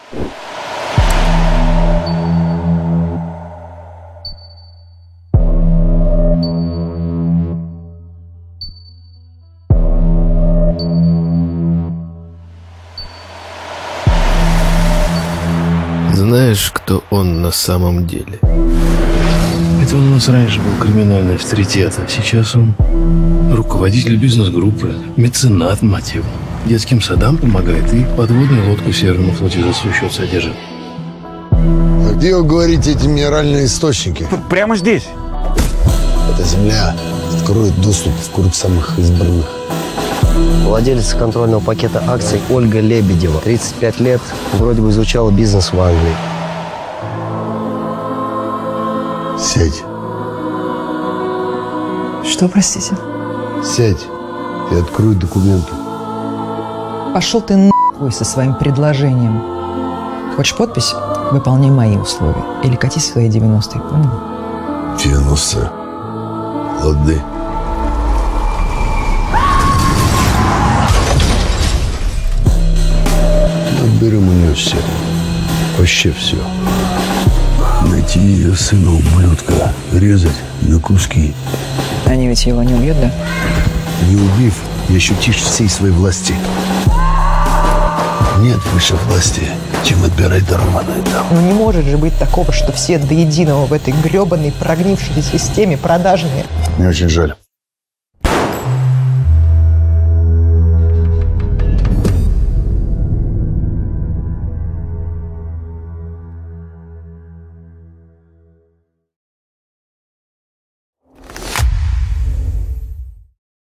Знаешь, кто он на самом деле? Это он у нас раньше был криминальный авторитет, а сейчас он руководитель бизнес-группы, меценат, мать его. Детским садам помогает и подводную лодку в Северном флоте за свой счет содержит. А где, вы говорите, эти минеральные источники? Прямо здесь. Эта земля откроет доступ в круг самых избранных. Владелец контрольного пакета акций Ольга Лебедева, 35 лет, вроде бы изучала бизнес в Англии. Сядь. Что, простите? Сядь и открой документы. Пошел ты нахуй со своим предложением. Хочешь подпись? Выполняй мои условия. Или кати свои 90-е, понял? 90. Лады. Отберем у нее все. Вообще все. Найти ее сына, ублюдка, резать на куски. Они ведь его не убьют, да? Не убив, и ощутишь всей своей власти. Нет выше власти, чем отбирать дрова на этом. Ну не может же быть такого, что все до единого в этой гребаной прогнившей системе продажные. Мне очень жаль.